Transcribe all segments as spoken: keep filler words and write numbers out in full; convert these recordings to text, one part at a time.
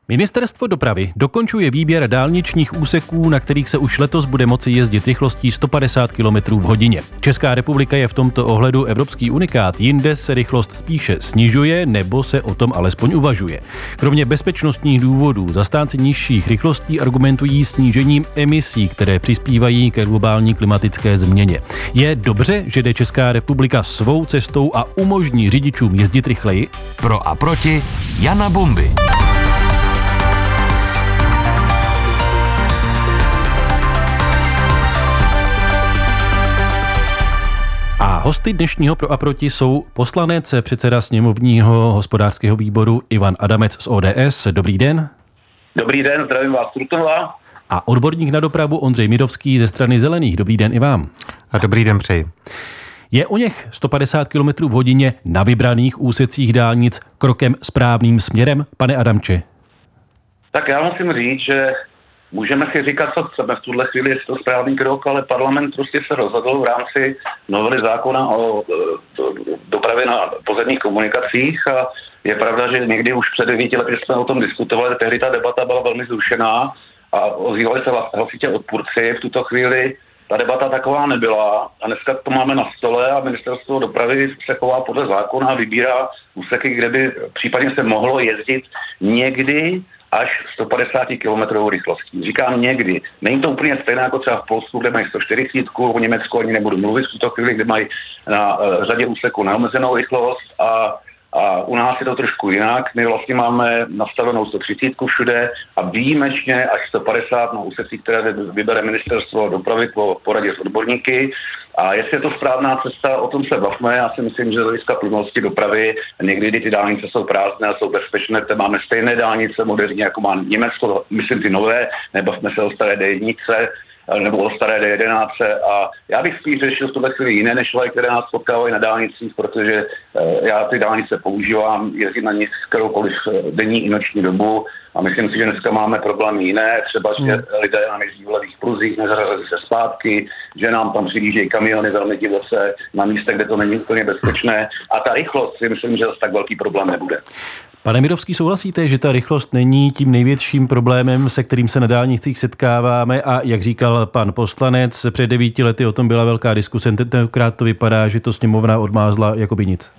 Ministerstvo dopravy dokončuje výběr dálničních úseků, na kterých se už letos bude moci jezdit rychlostí sto padesát kilometrů v hodině. Česká republika je v tomto ohledu evropský unikát, jinde se rychlost spíše snižuje nebo se o tom alespoň uvažuje. Kromě bezpečnostních důvodů zastánci nižších rychlostí argumentují snížením emisí, které přispívají ke globální klimatické změně. Je dobře, že jde Česká republika svou cestou a umožní řidičům jezdit rychleji? Pro a proti Jana Bumby. A hosty dnešního Pro a proti jsou poslanec, předseda sněmovního hospodářského výboru Ivan Adamec z O D S. Dobrý den. Dobrý den, zdravím vás Trutnova. A odborník na dopravu Ondřej Mirovský ze strany Zelených. Dobrý den i vám. A dobrý den přeji. Je o něch sto padesát kilometrů v hodině na vybraných úsecích dálnic krokem správným směrem, pane Adamče? Tak já musím říct, že můžeme si říkat, co chceme v tuhle chvíli, je to správný krok, ale parlament prostě se rozhodl v rámci novely zákona o dopravě na pozemních komunikacích a je pravda, že někdy už před devíti lety jsme o tom diskutovali, tehdy ta debata byla velmi zrušená a ozývali se hlasitě odpůrci. V tuto chvíli ta debata taková nebyla a dneska to máme na stole a ministerstvo dopravy se chová podle zákona a vybírá úseky, kde by případně se mohlo jezdit někdy až sto padesát kilometrů rychlostí. Říkám někdy. Není to úplně stejné jako třeba v Polsku, kde mají sto čtyřicet, v Německu ani nebudu mluvit v tuto chvíli, kde mají na uh, řadě úseků neomezenou rychlost a, a u nás je to trošku jinak. My vlastně máme nastavenou sto třicet všude a výjimečně až sto padesát na úsecích, které vybere ministerstvo dopravy po poradě s odborníky. A jestli je to správná cesta, o tom se bavme. Já si myslím, že z hlediska plynulosti dopravy někdy, kdy ty dálnice jsou prázdné a jsou bezpečné, které máme stejné dálnice moderní, jako má Německo, myslím ty nové, nebavme se o staré D jedna nebo o staré D jedenáct. A já bych spíš řešil v tuhle chvíli jiné než vlaky, které nás potkávají na dálnicích, protože já ty dálnice používám, jezdím na nich kteroukoliv denní i noční dobu a myslím si, že dneska máme problémy jiné, třeba že hmm. lidé nám jezdí v levých pruzích, nezařazí se zpátky, že nám tam přijíždějí kamiony velmi divoce na místech, kde to není úplně bezpečné a ta rychlost si myslím, že zase tak velký problém nebude. Pane Mirovský, souhlasíte, že ta rychlost není tím největším problémem, se kterým se na dálnicích setkáváme a jak říkal pan poslanec, před devíti lety o tom byla velká diskuse, tentokrát to vypadá, že to sněmovna odmázla jako by nic.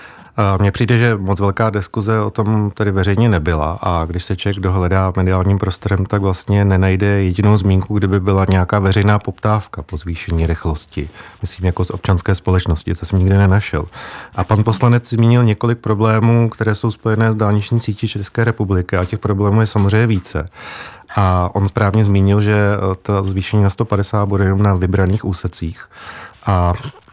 Mně přijde, že moc velká diskuze o tom tady veřejně nebyla a když se člověk dohledá mediálním prostorem, tak vlastně nenajde jedinou zmínku, kdyby byla nějaká veřejná poptávka po zvýšení rychlosti. Myslím jako z občanské společnosti, to jsem nikdy nenašel. A pan poslanec zmínil několik problémů, které jsou spojené s dálniční sítí České republiky a těch problémů je samozřejmě více. A on správně zmínil, že to zvýšení na sto padesát bude jenom na vybraných úsecích. A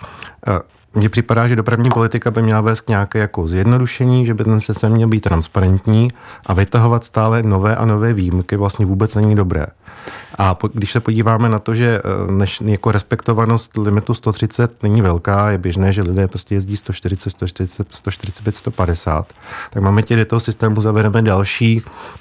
mně připadá, že dopravní politika by měla vést k nějaké jako zjednodušení, že by ten systém měl být transparentní a vytahovat stále nové a nové výjimky vlastně vůbec není dobré. A po, když se podíváme na to, že než, jako respektovanost limitu sto třicet není velká, je běžné, že lidé prostě jezdí sto čtyřicet, sto čtyřicet, sto čtyřicet pět, sto padesát, tak máme tě do toho systému zavedeme další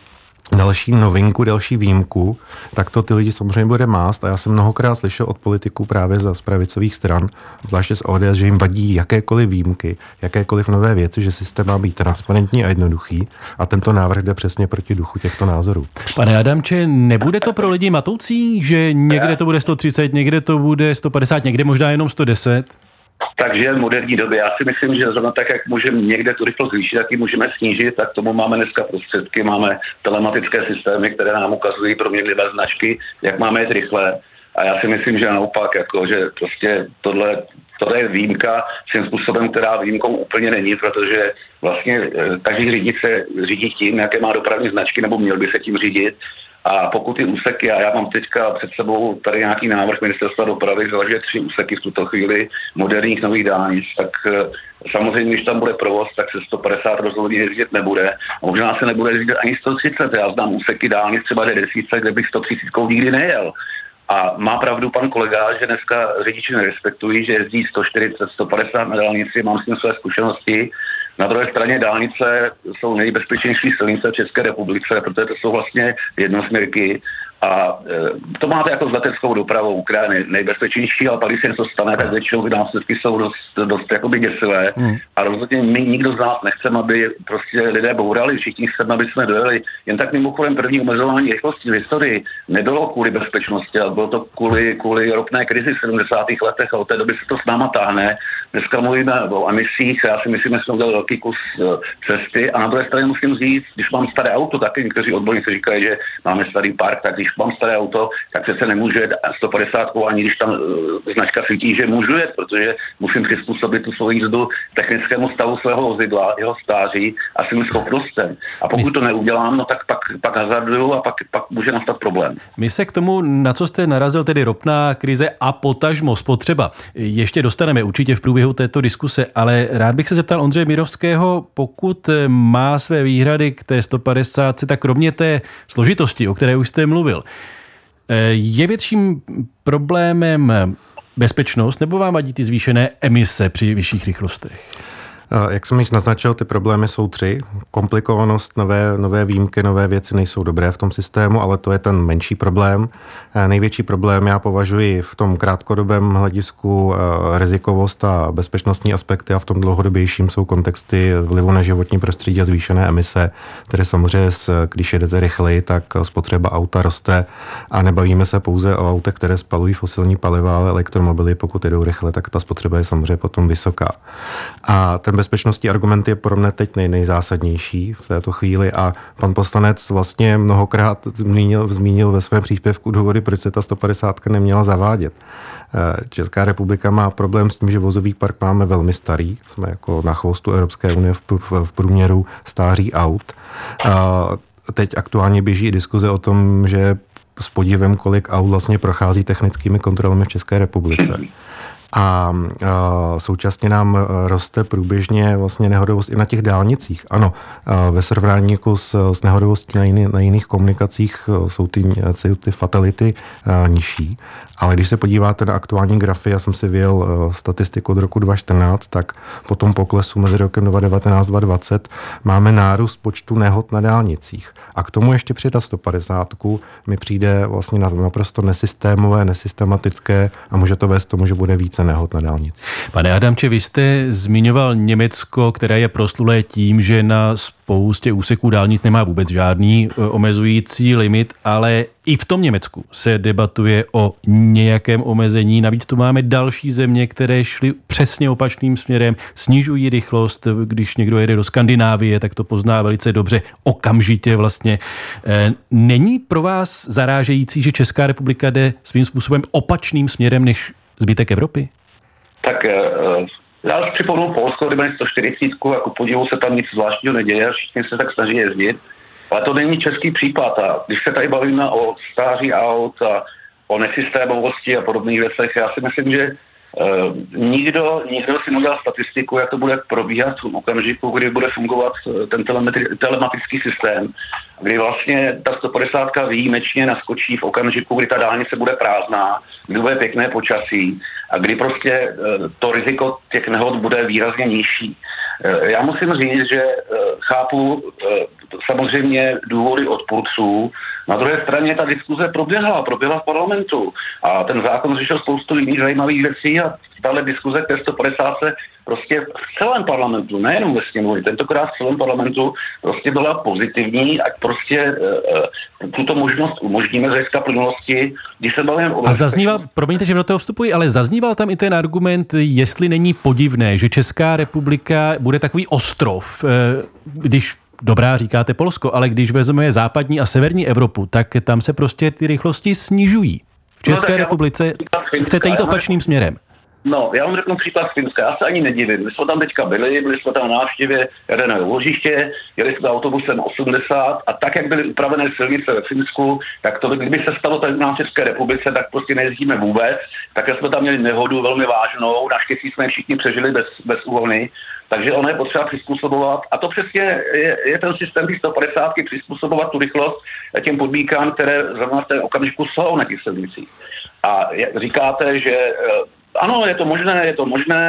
další novinku, další výjimku, tak to ty lidi samozřejmě bude mást a já jsem mnohokrát slyšel od politiků právě z pravicových stran, zvláště z O D S, že jim vadí jakékoliv výjimky, jakékoliv nové věci, že systém má být transparentní a jednoduchý a tento návrh jde přesně proti duchu těchto názorů. Pane Adamče, nebude to pro lidi matoucí, že někde to bude sto třicet, někde to bude sto padesát, někde možná jenom sto deset? Takže v moderní době, já si myslím, že zrovna tak, jak můžeme někde tu rychlost zvýšit, tak ji můžeme snížit, tak tomu máme dneska prostředky, máme telematické systémy, které nám ukazují proměnlivé značky, jak máme jet rychle. A já si myslím, že naopak, jako, že prostě tohle, tohle je výjimka svým způsobem, která výjimkou úplně není, protože vlastně každý řidič se řídí tím, jaké má dopravní značky, nebo měl by se tím řídit. A pokud ty úseky, a já mám teďka před sebou tady nějaký návrh ministerstva dopravy, že tři úseky v tuto chvíli moderních nových dálnic, tak samozřejmě, když tam bude provoz, tak se sto padesát rozhodně jezdit nebude. A možná se nebude jezdit ani sto třicet. Já znám úseky dálnic třeba D deset, kde bych sto třicet nikdy nejel. A má pravdu pan kolega, že dneska řidiči nerespektují, že jezdí sto čtyřicet, sto padesát na dálnici, mám s tím své zkušenosti. Na druhé straně dálnice jsou nejbezpečnější silnice v České republice, protože to jsou vlastně jednosměrky A e, to máte jako s leteckou dopravou, která je nejbezpečnější, ale pak, když se něco stane, tak většinou následky jsou dost, dost jakoby děsivé. Hmm. A rozhodně my nikdo z nás nechceme, aby prostě lidé bourali, všichni chceme, aby jsme dojeli. Jen tak mimochodem první omezování rychlosti v historii nebylo kvůli bezpečnosti, ale bylo to kvůli, kvůli ropné krizi v sedmdesátých letech a od té doby se to s náma táhne. Dneska mluvíme o emisích, já si myslím, že jsme udělali velký kus cesty a na druhé straně musím říct, když mám staré auto, taky někteří odborníci říkají, že máme starý park, tak když mám staré auto, tak přece nemůžu jet sto padesát, ani když tam uh, značka svítí, že můžu jet, protože musím přizpůsobit tu svou jízdu technickému stavu svého vozidla, jeho stáří a svým schopnostem. A pokud My... to neudělám, no tak pak, pak hazarduju a pak, pak může nastat problém. My se k tomu, na co jste narazil, tedy ropná krize a potažmo spotřeba, ještě dostaneme určitě v průběhu této diskuse, ale rád bych se zeptal Ondřeje Mirovského, pokud má své výhrady k té sto padesát, tak kromě té složitosti, o které už jste mluvil, je větším problémem bezpečnost nebo vám vadí ty zvýšené emise při vyšších rychlostech? Jak jsem již naznačil, ty problémy jsou tři. Komplikovanost, nové, nové výjimky, nové věci nejsou dobré v tom systému, ale to je ten menší problém. Největší problém já považuji v tom krátkodobém hledisku rizikovost a bezpečnostní aspekty a v tom dlouhodobějším jsou kontexty vlivu na životní prostředí a zvýšené emise, které samozřejmě, když jedete rychleji, tak spotřeba auta roste a nebavíme se pouze o autech, které spalují fosilní paliva, ale elektromobily, pokud jedou rychle, tak ta spotřeba je samozřejmě potom vysoká. A ten bezpečnostní argument je pro mě teď nej, nejzásadnější v této chvíli a pan poslanec vlastně mnohokrát zmínil, zmínil ve svém příspěvku důvody, proč se ta sto padesát neměla zavádět. Česká republika má problém s tím, že vozový park máme velmi starý, jsme jako na chvostu Evropské unie v, v, v průměru stáří aut. A teď aktuálně běží diskuze o tom, že s podívem, kolik aut vlastně prochází technickými kontrolami v České republice. A, a současně nám roste průběžně vlastně nehodovost i na těch dálnicích. Ano, ve srovnání jako s, s nehodovostí na, jiný, na jiných komunikacích jsou ty, jsou ty fatality a, nižší. Ale když se podíváte na aktuální grafy, já jsem si vyjel statistiku od roku dva tisíce čtrnáct, tak po tom poklesu mezi rokem dva tisíce devatenáct a dva tisíce dvacet máme nárůst počtu nehod na dálnicích. A k tomu ještě přidat sto padesát mi přijde vlastně naprosto nesystémové, nesystematické a může to vést tomu, že bude více nehod na dálnici. Pane Adamče, vy jste zmiňoval Německo, které je proslulé tím, že na spoustě úseků dálnic nemá vůbec žádný omezující limit, ale i v tom Německu se debatuje o nějakém omezení. Navíc tu máme další země, které šly přesně opačným směrem, snižují rychlost. Když někdo jede do Skandinávie, tak to pozná velice dobře, okamžitě vlastně. Není pro vás zarážející, že Česká republika jde svým způsobem opačným směrem než zbytek Evropy? Tak já si připomenu Polsko, kde mají sto čtyřicet a ku podivu se tam nic zvláštního neděje a všichni se tak snaží jezdit. Ale to není český případ a když se tady bavíme o stáří aut a o nesystémovosti a podobných věcech, já si myslím, že Uh, nikdo, nikdo si neudělal statistiku, jak to bude probíhat v okamžiku, kdy bude fungovat ten telemetri- telematický systém, kdy vlastně ta sto padesát výjimečně naskočí v okamžiku, kdy ta dálnice bude prázdná, kdy bude pěkné počasí a kdy prostě uh, to riziko těch nehod bude výrazně nižší. Uh, já musím říct, že uh, chápu uh, samozřejmě důvody odpůrců. Na druhé straně ta diskuze proběhla, proběhla v parlamentu a ten zákon řešil spoustu jiných zajímavých věcí a tahle diskuze k té sto padesát prostě v celém parlamentu, nejenom ve sněmovně, tentokrát v celém parlamentu prostě byla pozitivní, ať prostě uh, tuto možnost umožníme z hlediska plynulosti, když se bavíme o... A zazníval, promiňte, že do toho vstupuji, ale zazníval tam i ten argument, jestli není podivné, že Česká republika bude takový ostrov, když dobrá, říkáte Polsko, ale když vezmeme západní a severní Evropu, tak tam se prostě ty rychlosti snižují. V České no, republice chcete jít opačným směrem. No, já vám řeknu příklad z Finska. Já se ani nedivím. My jsme tam teďka byli, byli jsme tam na návštěvě jaderného úložiště, jeli jsme autobusem osmdesát a tak, jak byly upravené silnice ve Finsku, tak to, kdyby se stalo tady na České republice, tak prostě nejezdíme vůbec. Také jsme tam měli nehodu velmi vážnou, naštěstí jsme všichni přežili bez, bez úhony. Takže ono je potřeba přizpůsobovat. A to přesně je, je ten systém sto padesát přizpůsobovat tu rychlost těm podmínkám, které zrovna v té okamžiku jsou na těch silnicích. A říkáte, že ano, je to možné, je to možné,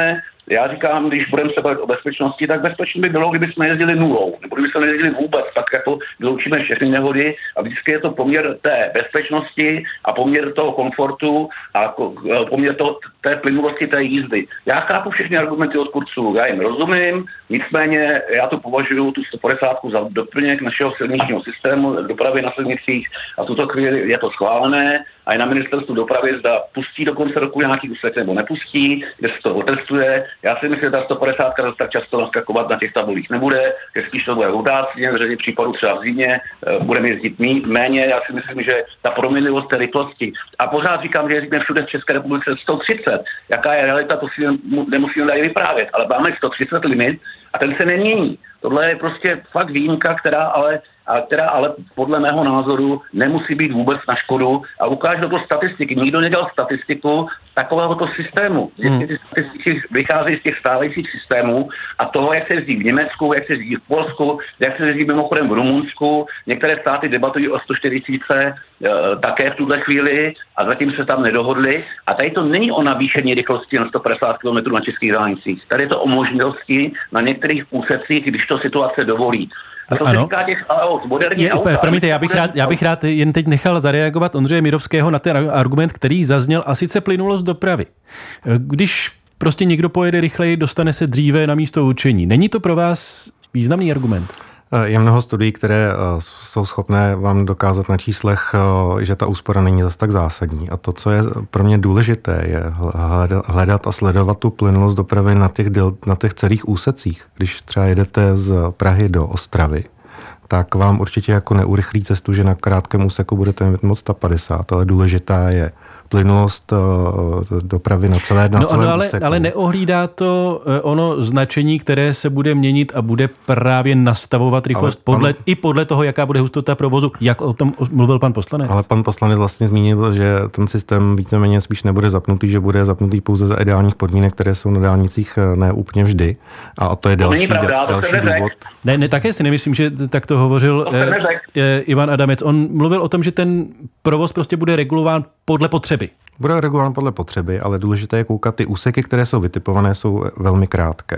já říkám, když budeme se bavit o bezpečnosti, tak bezpečně by bylo, kdyby jsme jezdili nulou, nebo kdyby jsme nejezdili vůbec, tak jako vyloučíme všechny nehody a vždycky je to poměr té bezpečnosti a poměr toho komfortu a poměr toho, té plynulosti té jízdy. Já chápu všechny argumenty odpůrců, já jim rozumím, nicméně já to považuji tu sto padesát za doplněk našeho silničního systému dopravy na silnicích a v tuto chvíli je to schválené a je na ministerstvu dopravy, zda pustí do konce roku nějaký úsek nebo nepustí, kde se to otestuje. Já si myslím, že ta sto padesát zase tak často naskakovat na těch tabulích nebude, že spíš to bude udácně, v řadě případů třeba v zimě budeme jezdit méně. Já si myslím, že ta proměnlivost té rychlosti. A pořád říkám, že jezdíme všude v České republice sto třicet. Jaká je realita, to si nemusíme tady vyprávět, ale máme sto třicet limit a ten se nemění. Tohle je prostě fakt výjimka, která ale, a která ale podle mého názoru nemusí být vůbec na škodu a ukáže to statistiky. Nikdo nedělal statistiku takovéhoto systému. Hmm. Ty statistiky vycházejí z těch stávajících systémů a toho, jak se jezdí v Německu, jak se jezdí v Polsku, jak se jezdí mimochodem v Rumunsku. Některé státy debatují o sto čtyřicet e, také v tuhle chvíli a zatím se tam nedohodli. A tady to není o navýšení rychlosti na sto padesát kilometrů na českých dálnicích. Tady je to o možnosti na některých úsecích, když to situace dovolí. A to se týká těch aut, moderních aut. Promiňte, já bych, rád, já bych rád jen teď nechal zareagovat Ondřeje Mirovského na ten argument, který zazněl, a sice plynulost dopravy. Když prostě někdo pojede rychleji, dostane se dříve na místo určení. Není to pro vás významný argument? Je mnoho studií, které jsou schopné vám dokázat na číslech, že ta úspora není zase tak zásadní. A to, co je pro mě důležité, je hledat a sledovat tu plynulost dopravy na těch, na těch celých úsecích. Když třeba jedete z Prahy do Ostravy, tak vám určitě jako neurychlí cestu, že na krátkém úseku budete mít moc sto padesát, ale důležitá je plynulost dopravy na celé na no, celém no, ale, úseku. ale neohlídá to ono značení, které se bude měnit a bude právě nastavovat rychlost pan, podle, i podle toho, jaká bude hustota provozu, jak o tom mluvil pan poslanec. Ale pan poslanec vlastně zmínil, že ten systém víceméně spíš nebude zapnutý, že bude zapnutý pouze za ideálních podmínek, které jsou na dálnicích ne úplně vždy. A to je další, to pravda, další to důvod. Ne, ne, také si nemyslím, že tak to hovořil to eh, Ivan Adamec. On mluvil o tom, že ten provoz prostě bude regulován podle potřeby. Bude regulován podle potřeby, ale důležité je koukat, ty úseky, které jsou vytipované, jsou velmi krátké.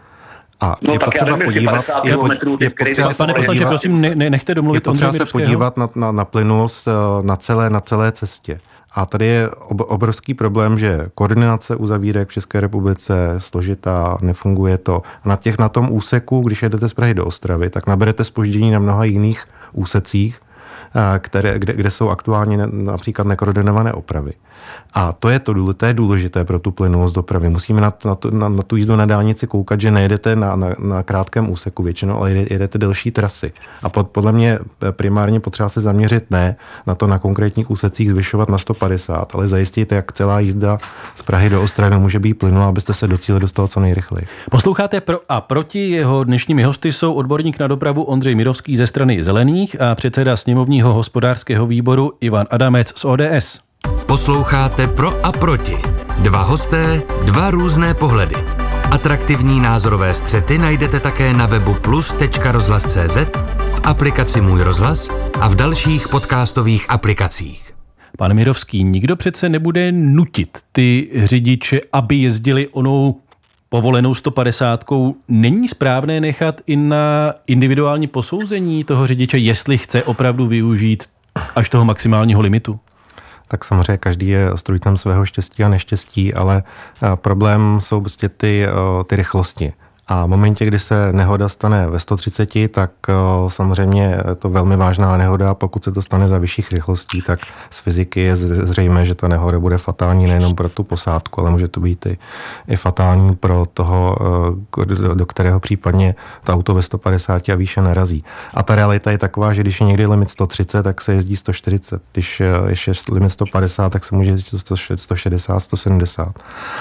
A no, je potřeba podívat, je, je potřeba pane poslanče, prosím, ne, nechte domluvit. Je potřeba se podívat na, na, na plynulost na celé, na celé cestě. A tady je obrovský problém, že koordinace uzavírek v České republice je složitá, nefunguje to. A na, těch, na tom úseku, když jedete z Prahy do Ostravy, tak naberete zpoždění na mnoha jiných úsecích, které, kde, kde jsou aktuálně například nekoordinované opravy. A to je to, to je důležité pro tu plynulost dopravy. Musíme na, na, na, na tu jízdu na dálnici koukat, že nejedete na, na, na krátkém úseku většinou, ale jedete delší trasy. A pod, podle mě primárně potřeba se zaměřit ne na to na konkrétních úsecích zvyšovat na sto padesát, ale zajistit, jak celá jízda z Prahy do Ostravy může být plynulá, abyste se do cíle dostal co nejrychleji. Posloucháte Pro a proti. Jeho dnešními hosty jsou odborník na dopravu Ondřej Mirovský ze strany Zelených a předseda sněmovního hospodářského výboru Ivan Adamec z O D S. Posloucháte Pro a proti. Dva hosté, dva různé pohledy. Atraktivní názorové střety najdete také na webu plus tečka rozhlas tečka cé zet, v aplikaci Můj rozhlas a v dalších podcastových aplikacích. Pane Mirovský, nikdo přece nebude nutit ty řidiče, aby jezdili onou povolenou sto padesátkou. Není správné nechat i na individuální posouzení toho řidiče, jestli chce opravdu využít až toho maximálního limitu? Tak samozřejmě každý je strůjcem svého štěstí a neštěstí, ale problém jsou prostě ty, ty rychlosti. A v momentě, kdy se nehoda stane ve sto třicet, tak samozřejmě je to velmi vážná nehoda. Pokud se to stane za vyšších rychlostí, tak z fyziky je zřejmé, že ta nehoda bude fatální nejenom pro tu posádku, ale může to být i, i fatální pro toho, do, do kterého případně to auto ve sto padesát a výše narazí. A ta realita je taková, že když je někdy limit sto třicet, tak se jezdí sto čtyřicet. Když je limit sto padesát, tak se může jezdit sto šedesát, sto sedmdesát.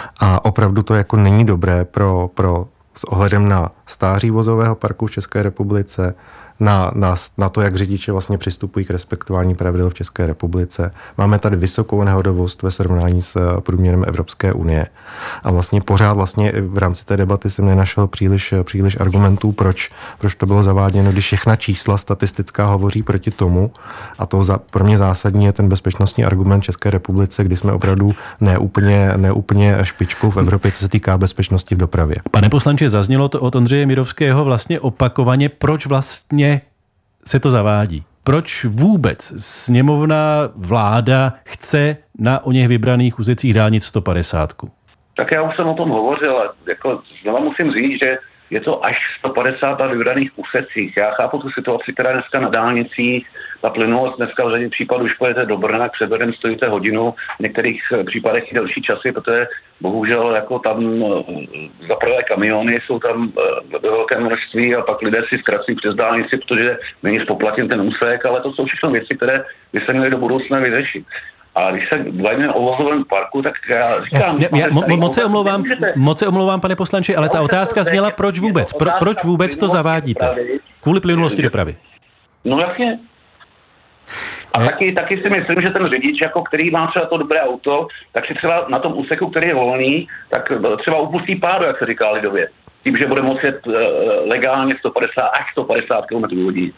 A opravdu to jako není dobré pro, pro s ohledem na stáří vozového parku v České republice, na, na, na to, jak řidiče vlastně přistupují k respektování pravidel v České republice. Máme tady vysokou nehodovost ve srovnání s průměrem Evropské unie. A vlastně pořád vlastně v rámci té debaty jsem nenašel příliš, příliš argumentů, proč, proč to bylo zaváděno, když všechna čísla statistická hovoří proti tomu. A to za, pro mě zásadní je ten bezpečnostní argument České republice, kdy jsme opravdu neúplně, neúplně špičkou v Evropě, co se týká bezpečnosti v dopravě. Pane poslanče, zaznělo to od Ondřeje Mirovského vlastně opakovaně, proč vlastně se to zavádí? Proč vůbec sněmovna, vláda chce na o něch vybraných úsecích dálnic sto padesát? Tak já už jsem o tom hovořil a jako znova musím říct, že je to až sto padesát na vybraných úsecích. Já chápu tu situaci, která dneska na dálnicích, ta plynulost dneska v řadě případů, už pojedete do Brna, k Severem stojíte hodinu, v některých případech i delší časy, protože bohužel jako tam zaprvé kamiony jsou tam ve velké množství a pak lidé si zkracují přes dálnici, protože není spoplatněn ten úsek, ale to jsou všechno věci, které by se měly do budoucna vyřešit. A když se bavíme o vozovém parku, tak já říkám... Já, já, mo, moc, se omlouvám, moc se omlouvám, pane poslanče, ale ta otázka zněla, proč vůbec? Pro, proč vůbec to zavádíte? Dopravy. Kvůli plynulosti dopravy. No jasně. A taky, taky si myslím, že ten řidič, jako který má třeba to dobré auto, tak si třeba na tom úseku, který je volný, tak třeba upustí pádu, jak se říká lidově. Tím, že bude moci jet legálně sto padesát až sto padesát kilometrů hodin.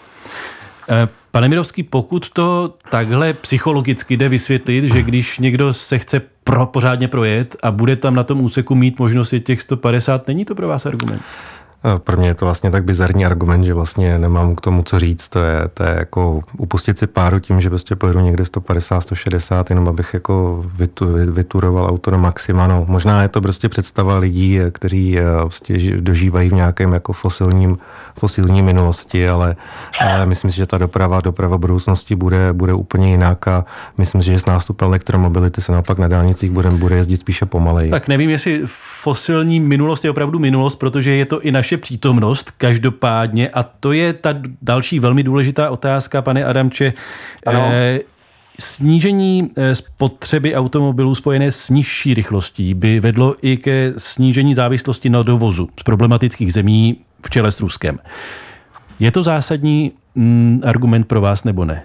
Pane Mirovský, pokud to takhle psychologicky jde vysvětlit, že když někdo se chce pro, pořádně projet a bude tam na tom úseku mít možnost jet těch sto padesát, není to pro vás argument? Pro mě je to vlastně tak bizarní argument, že vlastně nemám k tomu co říct. To je, to je jako upustit si páru tím, že prostě pojedu někde sto padesát, sto šedesát, jenom abych jako vyturoval auto na maxima. No, možná je to prostě představa lidí, kteří prostě dožívají v nějakém jako fosilním, fosilní minulosti, ale, ale myslím si, že ta doprava, doprava budoucnosti bude, bude úplně jinak a myslím si, že s nástupem elektromobility se naopak na dálnicích bude, bude jezdit spíše pomaleji. Tak nevím, jestli fosilní minulost je opravdu minulost, protože je to i naše přítomnost každopádně a to je ta další velmi důležitá otázka, pane Adamče. E, snížení spotřeby automobilů spojené s nižší rychlostí by vedlo i ke snížení závislosti na dovozu z problematických zemí v čele s Ruskem. Je to zásadní mm, argument pro vás nebo ne?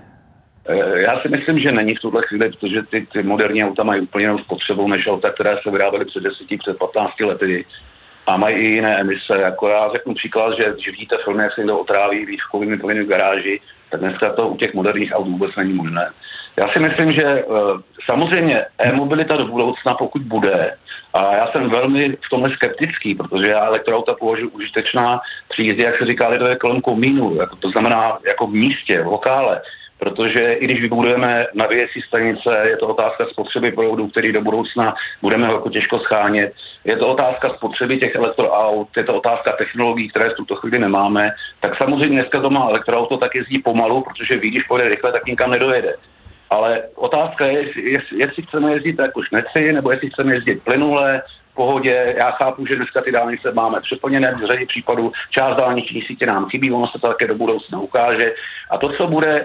Já si myslím, že není v tuhle chvíli, protože ty, ty moderní auta mají úplně jinou spotřebu než auta, které se vyráběly před deseti, před patnácti lety. A mají i jiné emise. Jako já řeknu příklad, že když vidíte filmy, jak se někdo otráví výfukovými plyny v garáži, tak dneska to u těch moderních aut vůbec není možné. Já si myslím, že samozřejmě e-mobilita do budoucna, pokud bude, a já jsem velmi v tomhle skeptický, protože já elektroauta považuji užitečná při jízdě, jak se říká lidové, kolem komínu, jako to znamená jako v místě, v lokále. Protože i když vybudujeme nabíjecí stanice, je to otázka spotřeby proudu, který do budoucna budeme jako těžko schánět. Je to otázka spotřeby těch elektroaut, je to otázka technologií, které v tuto chvíli nemáme. Tak samozřejmě dneska to má elektroauto, tak jezdí pomalu, protože ví, když pojede rychle, tak nikam nedojede. Ale otázka je, jestli, jestli chceme jezdit jako šneci, nebo jestli chceme jezdit plynule, pohodě. Já chápu, že dneska ty dálnice máme přeplněné v řadě případů, část dálniční sítě nám chybí, ono se to také do budoucna ukáže. A to, co bude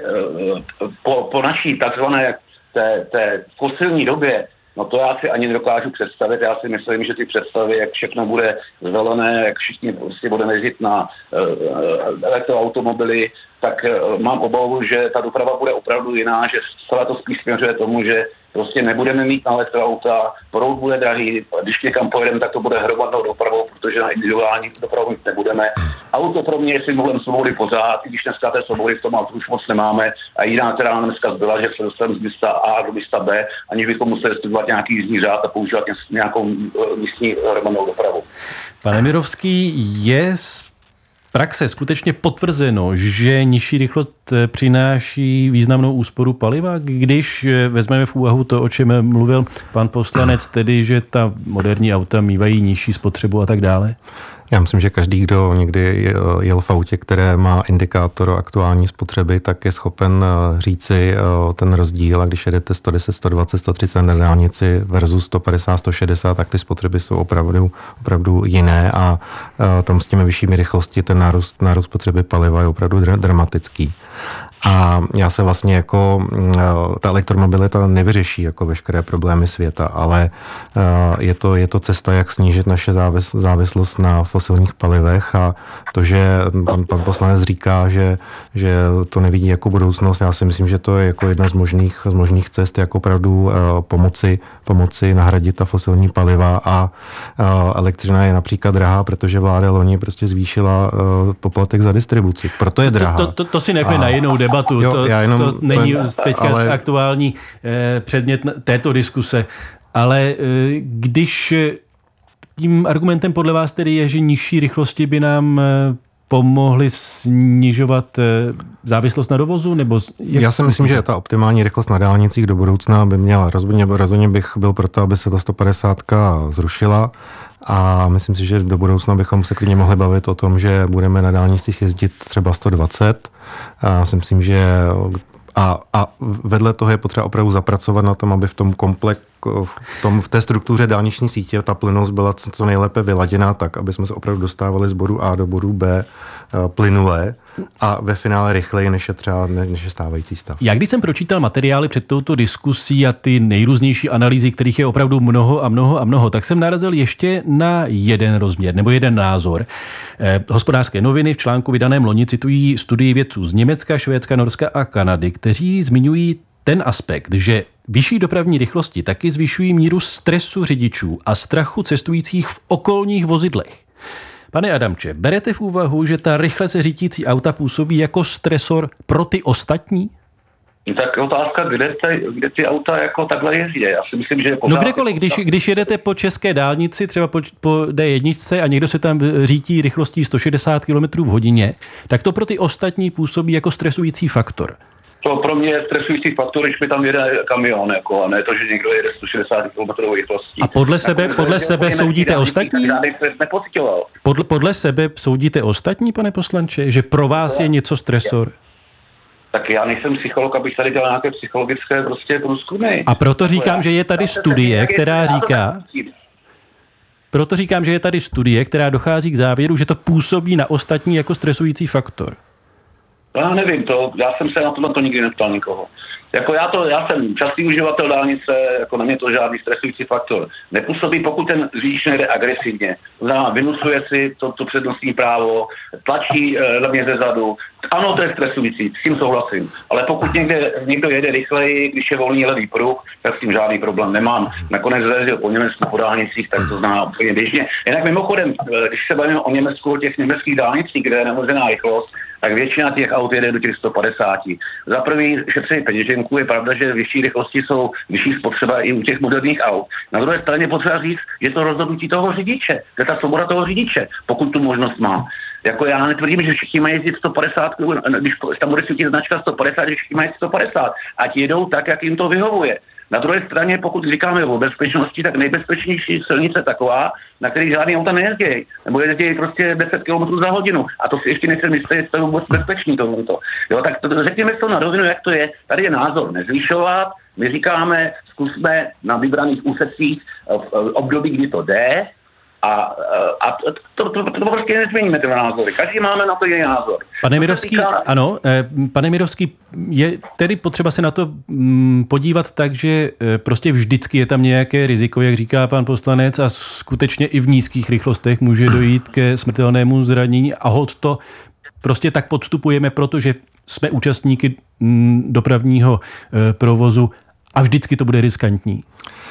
po, po naší takzvané té, té fosilní době, no to já si ani nedokážu představit. Já si myslím, že ty představy, jak všechno bude zelené, jak všichni prostě budeme jezdit na uh, elektroautomobily, tak uh, mám obavu, že ta doprava bude opravdu jiná, že celé to spíš směřuje tomu, že prostě nebudeme mít na elektroauta, proud bude drahý, když někam pojedeme, tak to bude hromadnou dopravou, protože na individuální dopravu mít nebudeme. Auto pro mě je symbolem svobody pořád, i když dneska té svobody v tom autu už moc nemáme. A jiná, která nám dneska zbyla, že se dostaneme z místa A do místa B, aniž bychom museli studovat nějaký jízdní řád a používat nějakou místní hromadnou dopravu. Pane Mirovský, je praxe skutečně potvrzeno, že nižší rychlost přináší významnou úsporu paliva, když vezmeme v úvahu to, o čem mluvil pan poslanec, tedy, že ta moderní auta mívají nižší spotřebu a tak dále? Já myslím, že každý, kdo někdy jel v autě, které má indikátor aktuální spotřeby, tak je schopen říci ten rozdíl. A když jedete sto deset, sto dvacet, sto třicet na dálnici versus sto padesát, sto šedesát, tak ty spotřeby jsou opravdu, opravdu jiné a tam s těmi vyššími rychlosti ten nárůst, nárůst spotřeby paliva je opravdu dramatický. A já se vlastně jako, ta elektromobilita nevyřeší jako veškeré problémy světa, ale je to, je to cesta, jak snížit naše závis, závislost na fosilních palivech a to, že pan, pan poslanec říká, že, že to nevidí jako budoucnost, já si myslím, že to je jako jedna z možných, z možných cest, jak opravdu pomoci, pomoci nahradit ta fosilní paliva a elektřina je například drahá, protože vláda loni prostě zvýšila poplatek za distribuci. Proto je drahá. To, to, to, to si nechme na jinou debatu. Jo, to, jenom, to není teďka ale... aktuální eh, předmět této diskuse. Ale eh, když tím argumentem podle vás tedy je, že nižší rychlosti by nám eh, pomohly snižovat eh, závislost na dovozu? Nebo jak... Já si myslím, že ta optimální rychlost na dálnicích do budoucna by měla. Rozhodně, rozhodně bych byl proto, aby se ta sto padesátka zrušila. A myslím si, že do budoucna bychom se klidně mohli bavit o tom, že budeme na dálnicích jezdit třeba sto dvacet. A si myslím, že a, a vedle toho je potřeba opravdu zapracovat na tom, aby v tom komplek, v, tom, v té struktuře dálniční sítě ta plynulost byla co, co nejlépe vyladěná tak, aby jsme se opravdu dostávali z bodu A do bodu B plynulé a ve finále rychleji, než je třeba než je stávající stav. Já když jsem pročítal materiály před touto diskusí a ty nejrůznější analýzy, kterých je opravdu mnoho a mnoho a mnoho, tak jsem narazil ještě na jeden rozměr nebo jeden názor. Eh, Hospodářské noviny v článku vydaném loni citují studii vědců z Německa, Švédska, Norska a Kanady, kteří zmiňují ten aspekt, že vyšší dopravní rychlosti taky zvyšují míru stresu řidičů a strachu cestujících v okolních vozidlech. Pane Adamče, berete v úvahu, že ta rychle se řídící auta působí jako stresor pro ty ostatní? Tak otázka, kde, te, kde ty auta jako takhle jezdí. Já si myslím, že... No kdekoliv, když, když jedete po české dálnici, třeba po, po D jedna a někdo se tam řítí rychlostí sto šedesát kilometrů v hodině, tak to pro ty ostatní působí jako stresující faktor. To pro mě je stresující faktor, když mi tam jede kamion, jako, a ne to, že někdo jede sto šedesát kilometrů rychlostí. A podle sebe, tak, podle sebe soudíte ostatní? Podle, podle sebe soudíte ostatní, pane poslanče, že pro vás je něco stresor? Tak já nejsem psycholog, abych tady dělal nějaké psychologické prostě průzkumy. A proto říkám, že je tady studie, která říká... Proto říkám, že je tady studie, která dochází k závěru, že to působí na ostatní jako stresující faktor. Já nevím, to, já jsem se na to, na to nikdy neptal nikoho. Jako já, to, já jsem častý uživatel dálnice, jako na mě to žádný stresující faktor nepůsobí, pokud ten řidič nejde agresivně. To znamená, vynusuje si to, to přednostní právo, tlačí e, na mě zezadu. Ano, to je stresující, s tím souhlasím. Ale pokud někde, někdo jede rychleji, když je volný levý pruh, tak s tím žádný problém nemám. Nakonec jezdil po Německu po dálnicích, tak to zná úplně běžně. Jinak mimochodem, když se bavíme o Německu, o těch německých dálnicích, kde je neomezená rychlost, tak většina těch aut jede do těch sto padesát. Za prvý šetří peněženku, je pravda, že vyšší rychlosti jsou vyšší spotřeba i u těch moderních aut. Na druhé straně potřeba říct, že to rozhodnutí toho řidiče, to je ta svoboda toho řidiče, pokud tu možnost má. Jako já netvrdím, že všichni mají jezdit sto padesát, když tam bude svítit značka sto padesát, že všichni mají sto padesát, ať jedou tak, jak jim to vyhovuje. Na druhé straně, pokud říkáme o bezpečnosti, tak nejbezpečnější silnice je taková, na který žádný auta nejezdí, nebo jezdí prostě deset kilometrů za hodinu. A to si ještě nejsem jistý, jestli to je vůbec bezpečný tohleto. Jo, tak to, řekněme to na rovinu, jak to je. Tady je názor nezvyšovat, my říkáme, zkusme na vybraných úsecích v období, kdy to jde, A, a to, to, to, to prostě nezměníme ty názory. Každý máme na to jiný názor. Pane Mirovský, týká... ano, pane Mirovský, je tedy potřeba se na to podívat tak, že prostě vždycky je tam nějaké riziko, jak říká pan poslanec, a skutečně i v nízkých rychlostech může dojít ke smrtelnému zranění a hod to prostě tak podstupujeme, protože jsme účastníky dopravního provozu a vždycky to bude riskantní.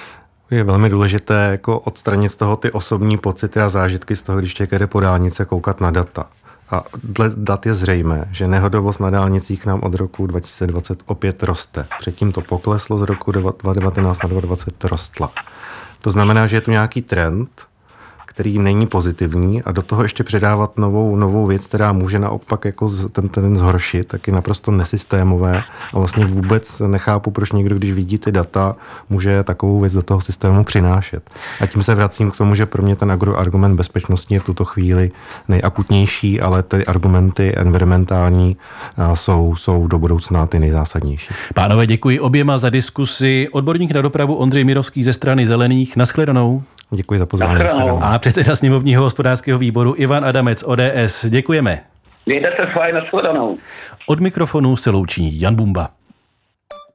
Je velmi důležité jako odstranit z toho ty osobní pocity a zážitky z toho, když člověk jede po dálnice, koukat na data. A dle dat je zřejmé, že nehodovost na dálnicích nám od roku dva tisíce dvacet opět roste. Předtím to pokleslo, z roku dva tisíce devatenáct na dva tisíce dvacet rostla. To znamená, že je tu nějaký trend, který není pozitivní a do toho ještě předávat novou, novou věc, která může naopak jako ten, ten zhoršit, tak je naprosto nesystémové a vlastně vůbec nechápu, proč někdo, když vidí ty data, může takovou věc do toho systému přinášet. A tím se vracím k tomu, že pro mě ten argument bezpečnostní je v tuto chvíli nejakutnější, ale ty argumenty environmentální jsou, jsou do budoucna ty nejzásadnější. Pánové, děkuji oběma za diskusi. Odborník na dopravu Ondřej Mirovský ze strany Zelených. Nashledanou. Děkuji za pozvání. A předseda sněmovního hospodářského výboru Ivan Adamec, O D S. Děkujeme. Mějte se fajn, nashledanou. Od mikrofonu se loučí Jan Bumba.